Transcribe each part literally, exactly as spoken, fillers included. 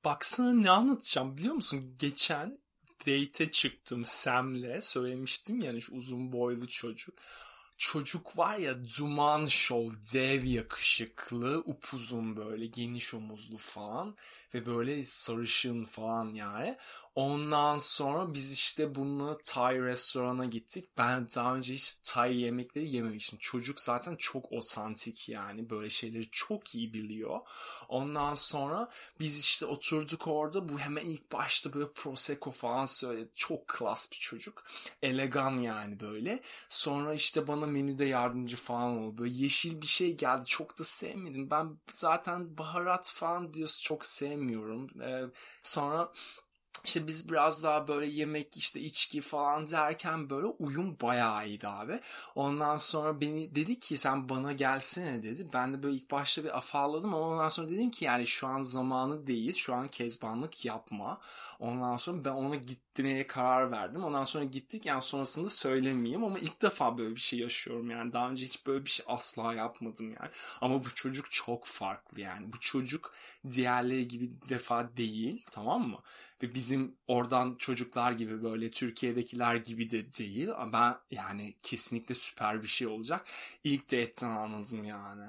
Baksana ne anlatacağım biliyor musun? Geçen date'e çıktım Sam'le. Söylemiştim yani şu uzun boylu çocuk. Çocuk var ya duman şov, dev yakışıklı, upuzun böyle geniş omuzlu falan ve böyle sarışın falan yani. Ondan sonra biz işte bununla Thai restorana gittik. Ben daha önce hiç Thai yemekleri yememiştim. Çocuk zaten çok otantik yani böyle şeyleri çok iyi biliyor. Ondan sonra biz işte oturduk orada. Bu hemen ilk başta böyle Prosecco falan söyledi. Çok klas bir çocuk. Elegan yani böyle. Sonra işte bana menüde yardımcı falan oldu. Böyle yeşil bir şey geldi. Çok da sevmedim. Ben zaten baharat falan diyorsun çok sevmiyorum. Ee, sonra İşte biz biraz daha böyle yemek işte içki falan derken böyle uyum bayağı iyiydi abi. Ondan sonra beni dedi ki sen bana gelsene dedi. Ben de böyle ilk başta bir afalladım ama ondan sonra dedim ki yani şu an zamanı değil. Şu an kezbanlık yapma. Ondan sonra ben ona gitmeye karar verdim. Ondan sonra gittik yani sonrasında söylemeyeyim ama ilk defa böyle bir şey yaşıyorum yani. Daha önce hiç böyle bir şey asla yapmadım yani. Ama bu çocuk çok farklı yani. Bu çocuk diğerleri gibi defa değil, tamam mı? Ve bizim oradan çocuklar gibi böyle Türkiye'dekiler gibi de değil. Ama ben yani kesinlikle süper bir şey olacak. İlk date'ten anladım yani.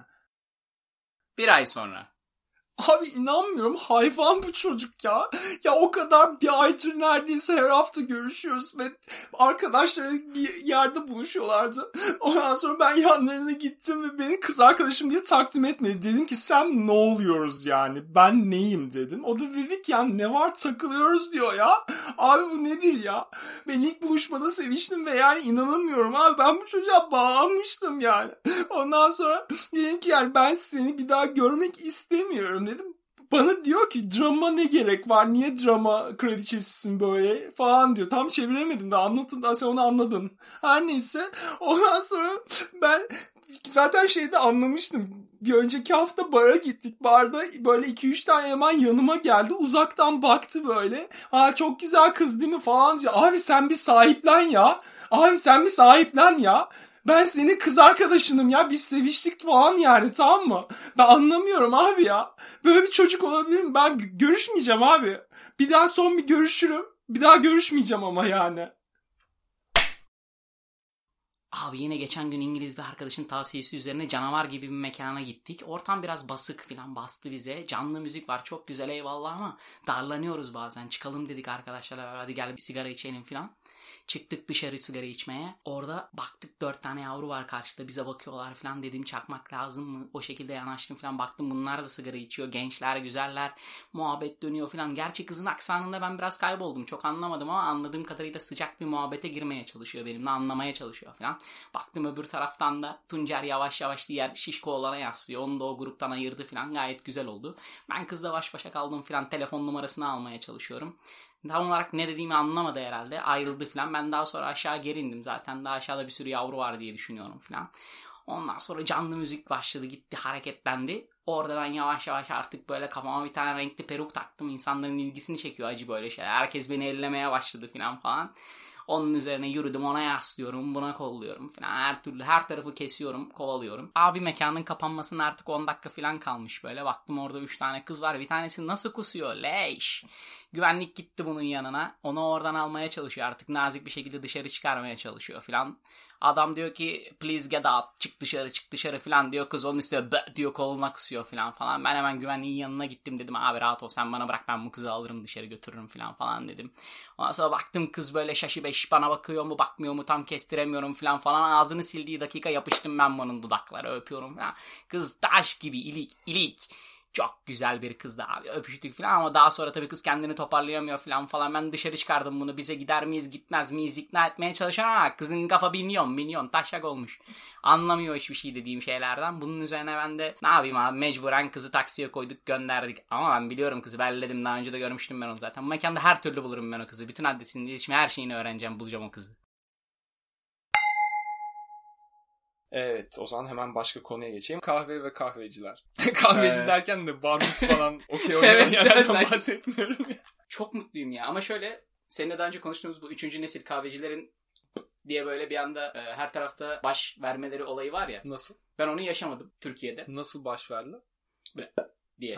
Bir ay sonra. Abi inanmıyorum, hayvan bu çocuk ya. Ya o kadar bir aydır neredeyse her hafta görüşüyoruz ve arkadaşları bir yerde buluşuyorlardı. Ondan sonra ben yanlarına gittim ve beni kız arkadaşım diye takdim etmedi. Dedim ki sen ne oluyoruz yani, ben neyim dedim. O da dedi ki yani ne var takılıyoruz diyor ya. Abi bu nedir ya? Ben ilk buluşmada seviştim ve yani inanamıyorum abi, ben bu çocuğa bağlanmıştım yani. Ondan sonra dedim ki yani ben seni bir daha görmek istemiyorum dedim. Bana diyor ki drama ne gerek var? Niye drama kraliçesisin böyle falan diyor. Tam çeviremedim de anlatın da sen onu anladın. Her neyse ondan sonra ben zaten şeyde anlamıştım. Bir önceki hafta bara gittik. Barda böyle iki üç tane hemen yanıma geldi. Uzaktan baktı böyle. Aa çok güzel kız değil mi falan diyor. Abi sen bir sahiplen ya. Abi sen bir sahiplen ya. Ben senin kız arkadaşınım ya. Biz seviştik falan yani, tamam mı? Ben anlamıyorum abi ya. Böyle bir çocuk olabilir mi? Ben görüşmeyeceğim abi. Bir daha son bir görüşürüm. Bir daha görüşmeyeceğim ama yani. Abi yine geçen gün İngiliz bir arkadaşın tavsiyesi üzerine canavar gibi bir mekana gittik. Ortam biraz basık falan bastı bize. Canlı müzik var çok güzel eyvallah ama darlanıyoruz bazen. Çıkalım dedik arkadaşlarla, hadi gel bir sigara içelim falan. Çıktık dışarı sigara içmeye. Orada baktık dört tane yavru var karşıda, bize bakıyorlar falan, dedim çakmak lazım mı? O şekilde yanaştım falan, baktım bunlar da sigara içiyor. Gençler, güzeller, muhabbet dönüyor falan. Gerçi kızın aksanında ben biraz kayboldum. Çok anlamadım ama anladığım kadarıyla sıcak bir muhabbete girmeye çalışıyor benimle, anlamaya çalışıyor falan. Baktım öbür taraftan da Tuncer yavaş yavaş diğer şişko olana yaslıyor. Onu da o gruptan ayırdı falan, gayet güzel oldu. Ben kızla baş başa kaldım falan, telefon numarasını almaya çalışıyorum. Tam olarak ne dediğimi anlamadı herhalde. Ayrıldı falan. Ben daha sonra aşağı geri indim. Zaten daha aşağıda bir sürü yavru var diye düşünüyorum falan. Ondan sonra canlı müzik başladı, gitti, hareketlendi. Orada ben yavaş yavaş artık böyle kafama bir tane renkli peruk taktım. İnsanların ilgisini çekiyor acı böyle şeyler. Herkes beni ellemeye başladı falan falan. Onun üzerine yürüdüm, ona yaslıyorum, buna kolluyorum falan. Her türlü her tarafı kesiyorum, kovalıyorum. Abi mekanın kapanmasına artık on dakika falan kalmış böyle. Baktım orada üç tane kız var. Bir tanesi nasıl kusuyor leş. Güvenlik gitti bunun yanına. Onu oradan almaya çalışıyor. Artık nazik bir şekilde dışarı çıkarmaya çalışıyor falan. Adam diyor ki please get out, çık dışarı çık dışarı falan diyor. Kız onun üstüne be diyor, koluna kısıyor falan falan. Ben hemen güvenliğin yanına gittim, dedim abi rahat ol sen, bana bırak, ben bu kızı alırım dışarı götürürüm falan falan dedim. Ondan sonra baktım kız böyle şaşı beş bana bakıyor mu bakmıyor mu tam kestiremiyorum falan falan. Ağzını sildiği dakika yapıştım ben bunun dudakları, öpüyorum falan. Kız taş gibi ilik ilik. Çok güzel bir kızdı abi, öpüştük falan ama daha sonra tabii kız kendini toparlayamıyor falan falan. Ben dışarı çıkardım bunu, bize gider miyiz gitmez miyiz ikna etmeye çalışıyorum ama kızın kafa milyon milyon taşak olmuş. Anlamıyor hiçbir şey dediğim şeylerden. Bunun üzerine ben de ne yapayım abi, mecburen kızı taksiye koyduk gönderdik. Ama ben biliyorum kızı, belledim, daha önce de görmüştüm ben onu zaten. Bu mekanda her türlü bulurum ben o kızı. Bütün adresini, iletişimi, her şeyini öğreneceğim, bulacağım o kızı. Evet, o zaman hemen başka konuya geçeyim. Kahve ve kahveciler. Kahveci ee... derken de barut falan okey oynayan evet, yerden bahsetmiyorum ya. Çok mutluyum ya ama şöyle, seninle daha önce konuştuğumuz bu üçüncü nesil kahvecilerin diye böyle bir anda e, her tarafta baş vermeleri olayı var ya. Nasıl? Ben onu yaşamadım Türkiye'de. Nasıl baş verdiler? diye. Ha.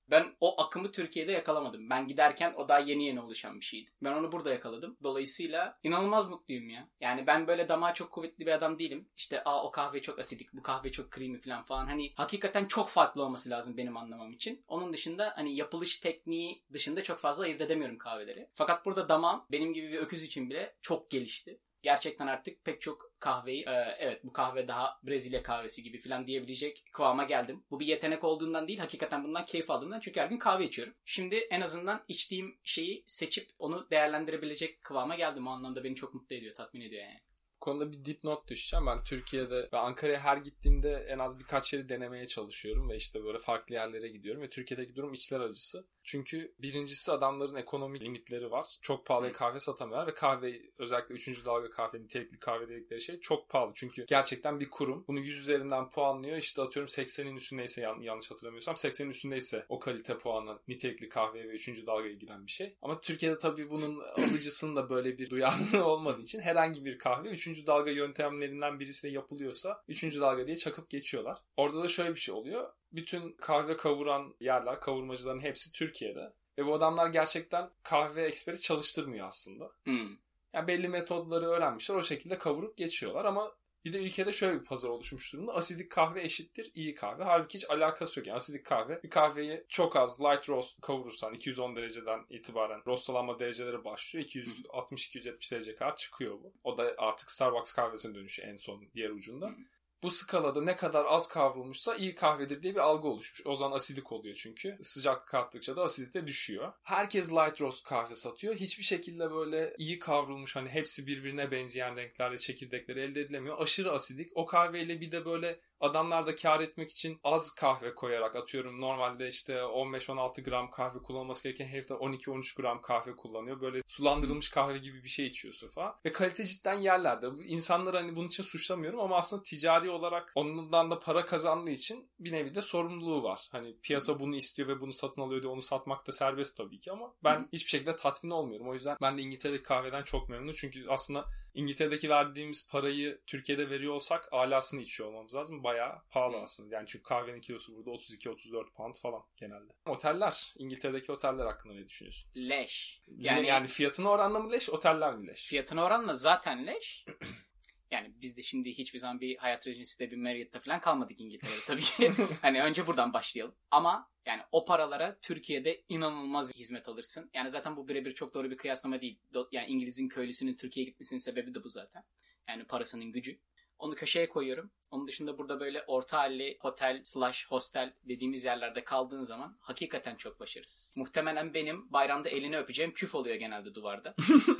Ben o akımı Türkiye'de yakalamadım. Ben giderken o daha yeni yeni oluşan bir şeydi. Ben onu burada yakaladım. Dolayısıyla inanılmaz mutluyum ya. Yani ben böyle damağı çok kuvvetli bir adam değilim. İşte aa o kahve çok asidik, bu kahve çok creamy falan falan. Hani hakikaten çok farklı olması lazım benim anlamam için. Onun dışında hani yapılış tekniği dışında çok fazla ayırt edemiyorum kahveleri. Fakat burada damağım benim gibi bir öküz için bile çok gelişti. Gerçekten artık pek çok kahveyi e, evet bu kahve daha Brezilya kahvesi gibi falan diyebilecek kıvama geldim. Bu bir yetenek olduğundan değil, hakikaten bundan keyif aldığımdan, çünkü her gün kahve içiyorum. Şimdi en azından içtiğim şeyi seçip onu değerlendirebilecek kıvama geldim. O anlamda beni çok mutlu ediyor, tatmin ediyor yani. Bu konuda bir dipnot düşeceğim. Ben Türkiye'de ve Ankara'ya her gittiğimde en az birkaç yeri denemeye çalışıyorum ve işte böyle farklı yerlere gidiyorum ve Türkiye'deki durum içler acısı. Çünkü birincisi adamların ekonomik limitleri var. Çok pahalıya kahve satamıyorlar ve kahve, özellikle üçüncü dalga kahve, nitelikli kahve dedikleri şey çok pahalı. Çünkü gerçekten bir kurum bunu yüz üzerinden puanlıyor. İşte atıyorum seksenin üstündeyse, yanlış hatırlamıyorsam seksenin üstündeyse o kalite puanı nitelikli kahveye ve üçüncü dalgaya giren bir şey. Ama Türkiye'de tabii bunun alıcısının da böyle bir duyarlılığı olmadığı için herhangi bir kahve üçüncü dalga yöntemlerinden birisiyle yapılıyorsa üçüncü dalga diye çakıp geçiyorlar. Orada da şöyle bir şey oluyor. Bütün kahve kavuran yerler, kavurmacıların hepsi Türkiye'de. Ve bu adamlar gerçekten kahve eksperi çalıştırmıyor aslında. Hmm. Yani belli metodları öğrenmişler. O şekilde kavurup geçiyorlar ama bir de ülkede şöyle bir pazar oluşmuş durumda. Asidik kahve eşittir iyi kahve. Halbuki hiç alakası yok. Yani asidik kahve, bir kahveyi çok az light roast kavurursan iki yüz on dereceden itibaren roastalanma dereceleri başlıyor. iki yüz altmış iki yüz yetmiş derece kadar çıkıyor bu. O da artık Starbucks kahvesine dönüşü en son diğer ucunda. Hmm. Bu skalada ne kadar az kavrulmuşsa iyi kahvedir diye bir algı oluşmuş. O zaman asidik oluyor çünkü. Sıcaklık arttıkça da asidite düşüyor. Herkes light roast kahve satıyor. Hiçbir şekilde böyle iyi kavrulmuş, hani hepsi birbirine benzeyen renklerle çekirdekleri elde edilemiyor. Aşırı asidik. O kahveyle bir de böyle adamlar da kar etmek için az kahve koyarak, atıyorum normalde işte on beş on altı gram kahve kullanılması gereken herifler on iki on üç gram kahve kullanıyor. Böyle sulandırılmış kahve gibi bir şey içiyorsun falan. Ve kalite cidden yerlerde. İnsanları hani bunun için suçlamıyorum ama aslında ticari olarak ondan da para kazandığı için bir nevi de sorumluluğu var. Hani piyasa bunu istiyor ve bunu satın alıyor diye onu satmak da serbest tabii ki ama ben Hı. hiçbir şekilde tatmin olmuyorum. O yüzden ben de İngiltere'deki kahveden çok memnunum. Çünkü aslında İngiltere'deki verdiğimiz parayı Türkiye'de veriyor olsak alasını içiyor olmamız lazım. Bayağı pahalı aslında. Yani çünkü kahvenin kilosu burada otuz iki otuz dört pound falan genelde. Oteller, İngiltere'deki oteller hakkında ne düşünüyorsun? Leş. Yani, yani fiyatına oranla mı leş, oteller mi leş? Fiyatına oranla zaten leş. Yani biz de şimdi hiçbir zaman bir Hyatt Regency'de, bir Marriott'ta falan kalmadık İngiltere'de tabii ki. Hani önce buradan başlayalım. Ama yani o paralara Türkiye'de inanılmaz hizmet alırsın. Yani zaten bu birebir çok doğru bir kıyaslama değil. Yani İngiliz'in köylüsünün Türkiye'ye gitmesinin sebebi de bu zaten. Yani parasının gücü. Onu köşeye koyuyorum. Onun dışında burada böyle orta halli hotel slash hostel dediğimiz yerlerde kaldığın zaman hakikaten çok başarısız. Muhtemelen benim bayramda elini öpeceğim küf oluyor genelde duvarda.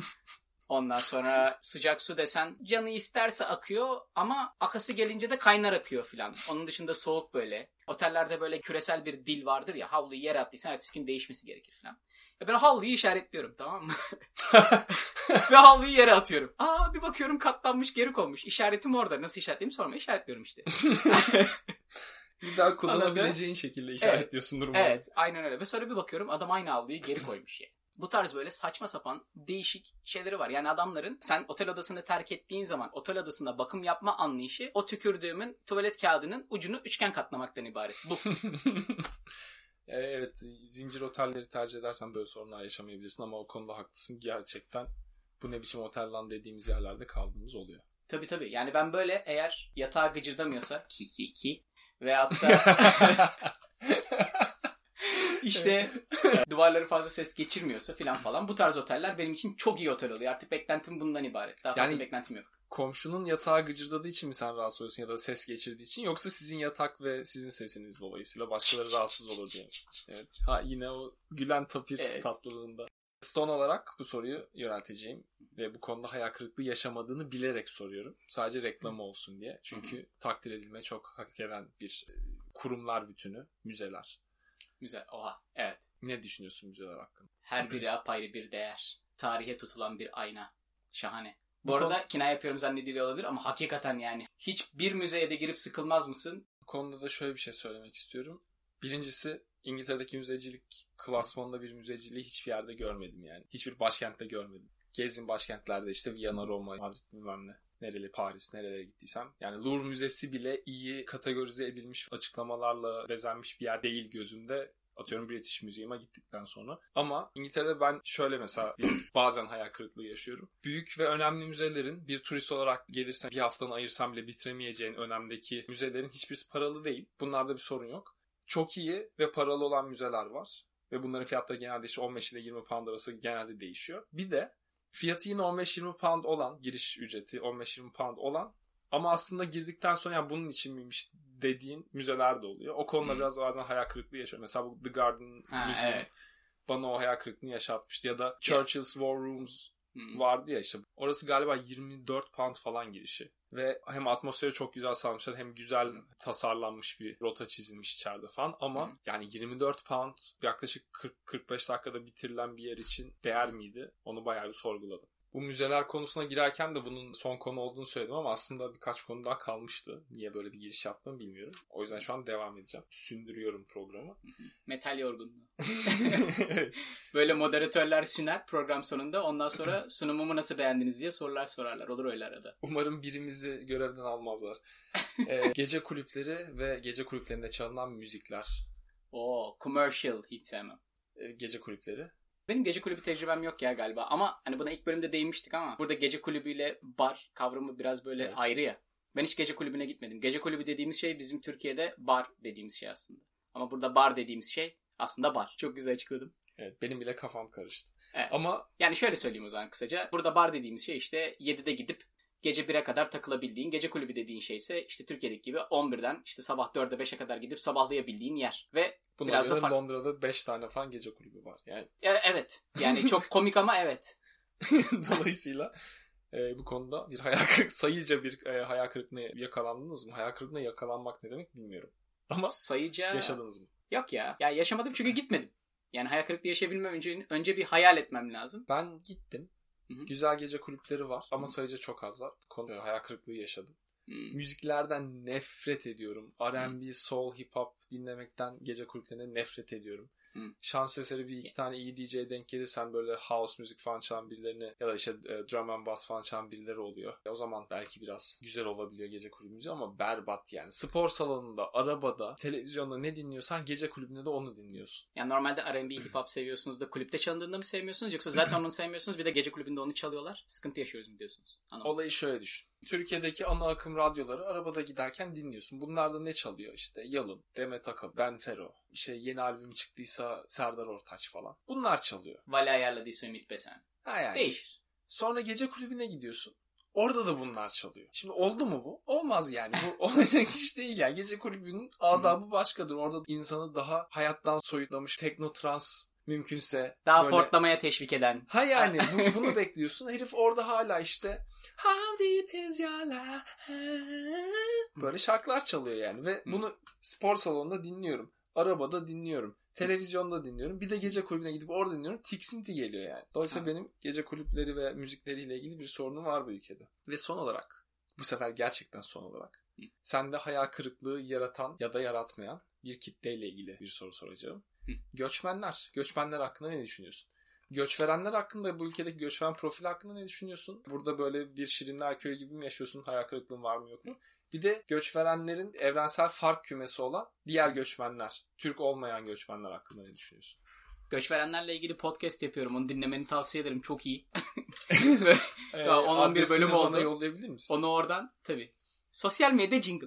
Ondan sonra sıcak su desen canı isterse akıyor ama akası gelince de kaynar akıyor filan. Onun dışında soğuk böyle. Otellerde böyle küresel bir dil vardır ya, havluyu yere attıysan ertesi gün değişmesi gerekir filan. Ya ben havluyu işaretliyorum, tamam mı? Ve havluyu yere atıyorum. Aa bir bakıyorum katlanmış, geri konmuş. İşaretim orada. Nasıl işaretleyeyim sorma, işaretliyorum işte. Bir daha kullanabileceğin şekilde işaretliyorsun durumu. Evet, evet aynen öyle. Ve sonra bir bakıyorum adam aynı havluyu geri koymuş ya. Bu tarz böyle saçma sapan değişik şeyleri var. Yani adamların sen otel odasını terk ettiğin zaman otel odasında bakım yapma anlayışı o tükürdüğümün tuvalet kağıdının ucunu üçgen katlamaktan ibaret. Bu. Evet, zincir otelleri tercih edersen böyle sorunlar yaşamayabilirsin ama o konuda haklısın. Gerçekten bu ne biçim otel lan dediğimiz yerlerde kaldığımız oluyor. Tabii tabii. Yani ben böyle eğer yatağı gıcırdamıyorsa ki ki ki veyahut da İşte duvarları fazla ses geçirmiyorsa filan falan, bu tarz oteller benim için çok iyi otel oluyor. Artık beklentim bundan ibaret. Daha fazla yani, beklentim yok. Komşunun yatağı gıcırdadığı için mi sen rahatsız oluyorsun ya da ses geçirdiği için, yoksa sizin yatak ve sizin sesiniz dolayısıyla başkaları rahatsız olur diye. Evet. Ha yine o gülen tapir evet. tatlılığında. Son olarak bu soruyu yönelteceğim ve bu konuda hayal kırıklığı yaşamadığını bilerek soruyorum. Sadece reklamı olsun diye. Çünkü Hı-hı. takdir edilme çok hak eden bir kurumlar bütünü, müzeler. Güzel. Oha. Evet. Ne düşünüyorsun müzeler hakkında? Her biri apayrı bir değer. Tarihe tutulan bir ayna. Şahane. Bu, Bu arada konu... kinaye yapıyorum zannediliyor olabilir ama hakikaten yani. Hiçbir müzeye de girip sıkılmaz mısın? Bu konuda da şöyle bir şey söylemek istiyorum. Birincisi, İngiltere'deki müzecilik klasmanında bir müzeciliği hiçbir yerde görmedim yani. Hiçbir başkentte görmedim. Gezin başkentlerde işte Viyana, Roma, Madrid bilmem ne. Nereli, Paris, nerelere gittiysem. Yani Louvre Müzesi bile iyi kategorize edilmiş açıklamalarla bezenmiş bir yer değil gözümde. Atıyorum British Museum'a gittikten sonra. Ama İngiltere'de ben şöyle mesela bazen hayal kırıklığı yaşıyorum. Büyük ve önemli müzelerin bir turist olarak gelirsen bir haftanı ayırsan bile bitiremeyeceğin önemdeki müzelerin hiçbirisi paralı değil. Bunlarda bir sorun yok. Çok iyi ve paralı olan müzeler var. Ve bunların fiyatları genelde işte on beş ile yirmi pound arası genelde değişiyor. Bir de fiyatı yine on beş yirmi pound olan, giriş ücreti on beş yirmi pound olan ama aslında girdikten sonra ya bunun için miymiş dediğin müzeler de oluyor. O konuda hmm. biraz bazen hayal kırıklığı yaşıyorum. Mesela bu The Garden ha, Museum evet. bana o hayal kırıklığını yaşatmıştı. Ya da Churchill's War Rooms hmm. vardı ya işte. Orası galiba yirmi dört pound falan girişi. Ve hem atmosferi çok güzel sağlamışlar hem güzel tasarlanmış bir rota çizilmiş içeride falan. Ama hmm. yani yirmi dört pound yaklaşık kırk kırk beş dakikada bitirilen bir yer için değer miydi? Onu bayağı bir sorguladım. Bu müzeler konusuna girerken de bunun son konu olduğunu söyledim ama aslında birkaç konu daha kalmıştı. Niye böyle bir giriş yaptığımı bilmiyorum. O yüzden şu an devam edeceğim. Sündürüyorum programı. Metal yorgunluğu. Böyle moderatörler süner program sonunda. Ondan sonra sunumumu nasıl beğendiniz diye sorular sorarlar. Olur öyle arada. Umarım birimizi görevden almazlar. ee, gece kulüpleri ve gece kulüplerinde çalınan müzikler. Oo, commercial hiç sevmem. Ee, gece kulüpleri. Benim gece kulübü tecrübem yok ya galiba ama hani buna ilk bölümde değinmiştik ama burada gece kulübüyle bar kavramı biraz böyle evet. ayrı ya. Ben hiç gece kulübüne gitmedim. Gece kulübü dediğimiz şey bizim Türkiye'de bar dediğimiz şey aslında. Ama burada bar dediğimiz şey aslında bar. Çok güzel açıkladım. Evet, benim bile kafam karıştı. Evet. Ama yani şöyle söyleyeyim o zaman kısaca. Burada bar dediğimiz şey işte yedide gidip gece bire kadar takılabildiğin, gece kulübü dediğin şey ise işte Türkiye'deki gibi on birden işte sabah dörde beşe kadar gidip sabahlayabildiğin yer. Ve buna biraz göre da fark... Londra'da beş tane falan gece kulübü var. Yani evet. Yani çok komik ama evet. Dolayısıyla e, bu konuda bir hayal kırık sayıca bir e, hayal kırıklığına yakalandınız mı? Hayal kırıklığına yakalanmak ne demek bilmiyorum. Ama sayıca yaşadınız mı? Yok ya. Ya yaşamadım çünkü gitmedim. Yani hayal kırıklığı yaşayabilmem önce önce bir hayal etmem lazım. Ben gittim. Hı-hı. Güzel gece kulüpleri var ama Hı-hı. sayıca çok az var. Konu hayal kırıklığı yaşadım. Hmm. Müziklerden nefret ediyorum. R and B, hmm. soul, hip hop dinlemekten gece kulüplerine nefret ediyorum. Hmm. Şans eseri bir iki tane iyi D J'ye denk gelirsen böyle house müzik falan çalan birilerini ya da işte e, drum and bass falan çalan birileri oluyor. E, o zaman belki biraz güzel olabiliyor gece kulübü müziği ama berbat yani. Spor salonunda, arabada, televizyonda ne dinliyorsan gece kulübünde de onu dinliyorsun. Yani normalde R and B, hip hop seviyorsunuz da kulüpte çalındığında mı sevmiyorsunuz yoksa zaten onu sevmiyorsunuz bir de gece kulübünde onu çalıyorlar. Sıkıntı yaşıyoruz mu diyorsunuz? Anladım. Olayı şöyle düşün. Türkiye'deki ana akım radyoları arabada giderken dinliyorsun. Bunlarda ne çalıyor? İşte Yalın, Demet Akalın, Ben Fero, işte yeni albüm çıktıysa Serdar Ortaç falan. Bunlar çalıyor. Vali ayarladıysa Ümit Besen. Ha yani. Değişir. Sonra gece kulübüne gidiyorsun. Orada da bunlar çalıyor. Şimdi oldu mu bu? Olmaz yani. Bu olacak iş değil yani. Gece kulübünün adabı başkadır. Orada insanı daha hayattan soyutlamış tekno trans mümkünse. Daha böyle... fortlamaya teşvik eden. Ha yani bu, bunu bekliyorsun. Herif orada hala işte How deep is your love? Böyle şarkılar çalıyor yani. Ve bunu spor salonunda dinliyorum. Arabada dinliyorum. Televizyonda dinliyorum. Bir de gece kulübüne gidip orada dinliyorum. Tiksinti geliyor yani. Dolayısıyla benim gece kulüpleri ve müzikleriyle ilgili bir sorunum var bu ülkede. Ve son olarak, bu sefer gerçekten son olarak, sende hayal kırıklığı yaratan ya da yaratmayan bir kitleyle ilgili bir soru soracağım. Göçmenler. Göçmenler hakkında ne düşünüyorsun? Göçverenler hakkında, bu ülkedeki göçmen profili hakkında ne düşünüyorsun? Burada böyle bir Şirinler Köyü gibi mi yaşıyorsun? Hayal kırıklığın var mı yok mu? Bir de göçverenlerin evrensel fark kümesi olan diğer göçmenler, Türk olmayan göçmenler hakkında ne düşünüyorsun? Göçverenlerle ilgili podcast yapıyorum. Onu dinlemeni tavsiye ederim. Çok iyi. ee, onun bir bölümü oldu. Yollayabilir misin? Onu oradan tabii. Sosyal medya jingle.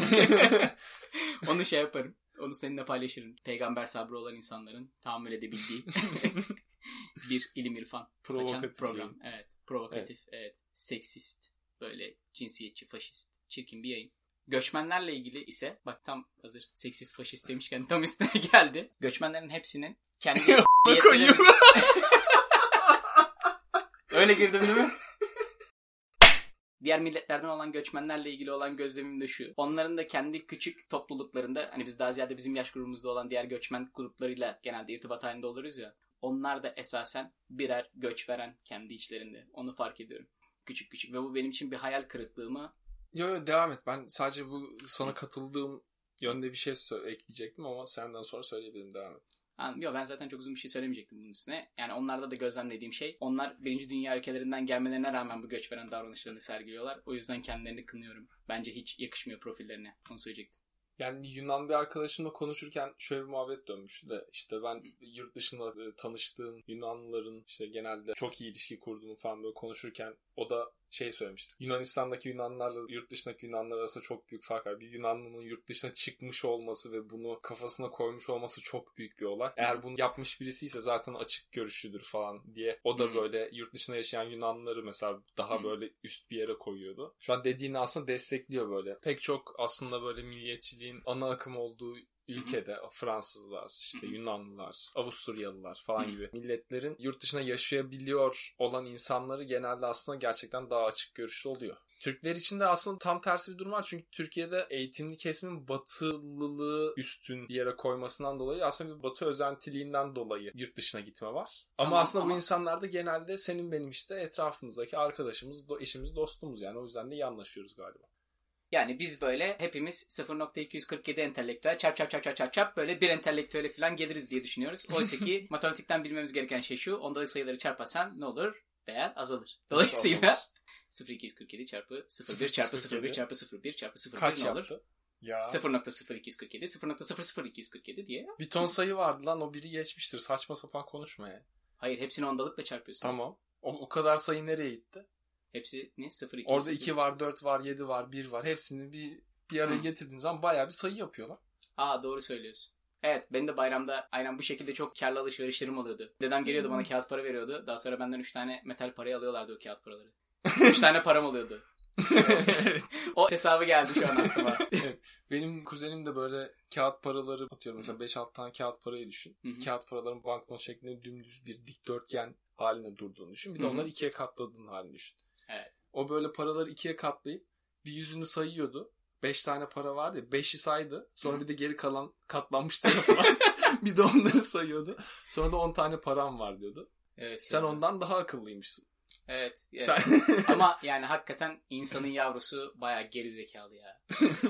Onu şey yaparım. Onu seninle paylaşırım. Peygamber sabrı olan insanların tahammül edebildiği bir ilim irfan saçan program. Şey. Evet. Provokatif. Evet. evet. Seksist. Böyle cinsiyetçi, faşist. Çirkin bir yayın. Göçmenlerle ilgili ise bak tam hazır seksist faşist demişken tam üstüne geldi. Göçmenlerin hepsinin kendi diyetleri... Öyle girdim değil mi? Diğer milletlerden olan göçmenlerle ilgili olan gözlemim de şu. Onların da kendi küçük topluluklarında hani biz daha ziyade bizim yaş grubumuzda olan diğer göçmen gruplarıyla genelde irtibat halinde oluruz ya. Onlar da esasen birer göç veren kendi içlerinde. Onu fark ediyorum. Küçük küçük ve bu benim için bir hayal kırıklığı mı? Yok yok devam et. Ben sadece bu sana katıldığım yönde bir şey ekleyecektim ama senden sonra söyleyebilirim. Devam et. Yok ben zaten çok uzun bir şey söylemeyecektim bunun üstüne. Yani onlarda da gözlemlediğim şey onlar birinci dünya ülkelerinden gelmelerine rağmen bu göç veren davranışlarını sergiliyorlar. O yüzden kendilerini kınıyorum. Bence hiç yakışmıyor profillerine. Onu söyleyecektim. Yani Yunan bir arkadaşımla konuşurken şöyle bir muhabbet dönmüştü de işte ben yurt dışında tanıştığım Yunanlıların işte genelde çok iyi ilişki kurduğumu falan böyle konuşurken o da şey söylemişti. Yunanistan'daki Yunanlarla yurt dışındaki Yunanlar arasında çok büyük fark var. Bir Yunanlının yurt dışına çıkmış olması ve bunu kafasına koymuş olması çok büyük bir olay. Eğer bunu yapmış birisi ise zaten açık görüşlüdür falan diye. O da böyle yurt dışında yaşayan Yunanlıları mesela daha böyle üst bir yere koyuyordu. Şu an dediğini aslında destekliyor böyle. Pek çok aslında böyle milliyetçiliğin ana akım olduğu ülkede Fransızlar, işte Yunanlılar, Avusturyalılar falan gibi milletlerin yurt dışına yaşayabiliyor olan insanları genelde aslında gerçekten daha açık görüşlü oluyor. Türkler için de aslında tam tersi bir durum var. Çünkü Türkiye'de eğitimli kesimin batılılığı üstün bir yere koymasından dolayı aslında bir batı özentiliğinden dolayı yurt dışına gitme var. Tamam, ama aslında ama... bu insanlar da genelde senin benim işte etrafımızdaki arkadaşımız, eşimiz, dostumuz yani. O yüzden de iyi anlaşıyoruz galiba. Yani biz böyle hepimiz sıfır nokta iki yüz kırk yedi entelektüel çarp çarp çarp çarp çarp çarp böyle bir entelektüele falan geliriz diye düşünüyoruz. Oysa ki matematikten bilmemiz gereken şey şu: ondalık sayıları çarparsan ne olur? Değer azalır. Dolayısıyla sıfır nokta iki yüz kırk yedi çarpı sıfır nokta bir çarpı sıfır nokta bir çarpı sıfır nokta bir çarpı sıfır nokta bir ne olur? Ya. sıfır nokta sıfır iki yüz kırk yedi sıfır nokta sıfır sıfır iki yüz kırk yedi diye. Bir ton sayı vardı lan, o biri geçmiştir. Saçma sapan konuşma yani. Hayır, hepsini ondalıkla çarpıyorsun. Tamam. O, o kadar sayı nereye gitti? Hepsi ne? sıfır iki Orada iki var, dört var, yedi var, bir var. Hepsini bir bir araya Hı. getirdiğin zaman bayağı bir sayı yapıyorlar. Aa, doğru söylüyorsun. Evet, benim de bayramda aynen bu şekilde çok karlı alışverişlerim oluyordu. Dedem geliyordu bana kağıt para veriyordu. Daha sonra benden üç tane metal parayı alıyorlardı, o kağıt paraları. üç tane param oluyordu. Evet. O hesabı geldi şu an aklıma. Evet. Benim kuzenim de böyle kağıt paraları atıyor. Mesela beş altı tane kağıt parayı düşün. Hı-hı. Kağıt paraların banknot şeklinde dümdüz bir dikdörtgen haline durduğunu düşün. Bir de Hı-hı. onları ikiye katladığın halini düşün. Evet. O böyle paraları ikiye katlayıp bir yüzünü sayıyordu. Beş tane para vardı ya. Beşi saydı. Sonra Hı-hı. bir de geri kalan katlanmış tarafı var. Bir de onları sayıyordu. Sonra da on tane param var diyordu. Evet. Sen yani. Ondan daha akıllıymışsın. Evet. evet. Sen... Ama yani hakikaten insanın yavrusu bayağı gerizekalı ya.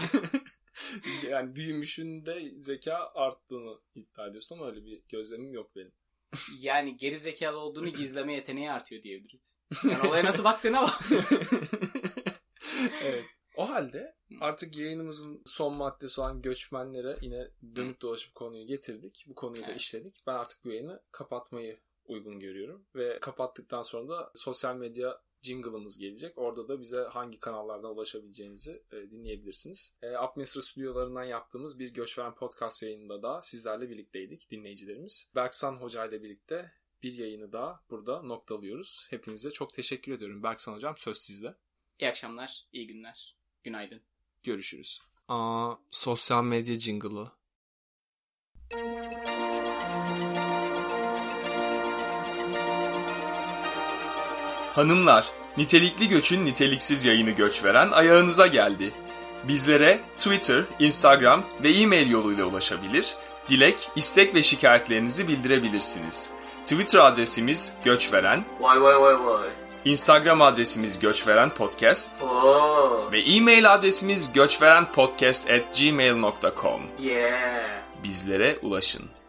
Yani büyümüşünde zeka arttığını iddia ediyorsun ama öyle bir gözlemim yok benim. Yani gerizekalı olduğunu gizleme yeteneği artıyor diyebiliriz. Yani olaya nasıl baktığına bak. Evet. O halde artık yayınımızın son maddesi olan göçmenlere yine dönüp dolaşıp konuyu getirdik. Bu konuyu da evet. işledik. Ben artık bu yayını kapatmayı uygun görüyorum. Ve kapattıktan sonra da sosyal medya jingle'ımız gelecek. Orada da bize hangi kanallardan ulaşabileceğinizi e, dinleyebilirsiniz. E, Upminster stüdyolarından yaptığımız bir Göçveren podcast yayınında da sizlerle birlikteydik dinleyicilerimiz. Berksan Hoca ile birlikte bir yayını daha burada noktalıyoruz. Hepinize çok teşekkür ediyorum. Berksan Hocam, söz sizde. İyi akşamlar, iyi günler, günaydın. Görüşürüz. Aa, sosyal medya jingle'ı. Hanımlar, nitelikli göçün niteliksiz yayını Göçveren ayağınıza geldi. Bizlere Twitter, Instagram ve e-mail yoluyla ulaşabilir, dilek, istek ve şikayetlerinizi bildirebilirsiniz. Twitter adresimiz Göçveren. Vay vay vay vay. Instagram adresimiz Göçveren Podcast. Oo. Ve e-mail adresimiz göçverenpodcast at gmail nokta com. Yeah. Bizlere ulaşın.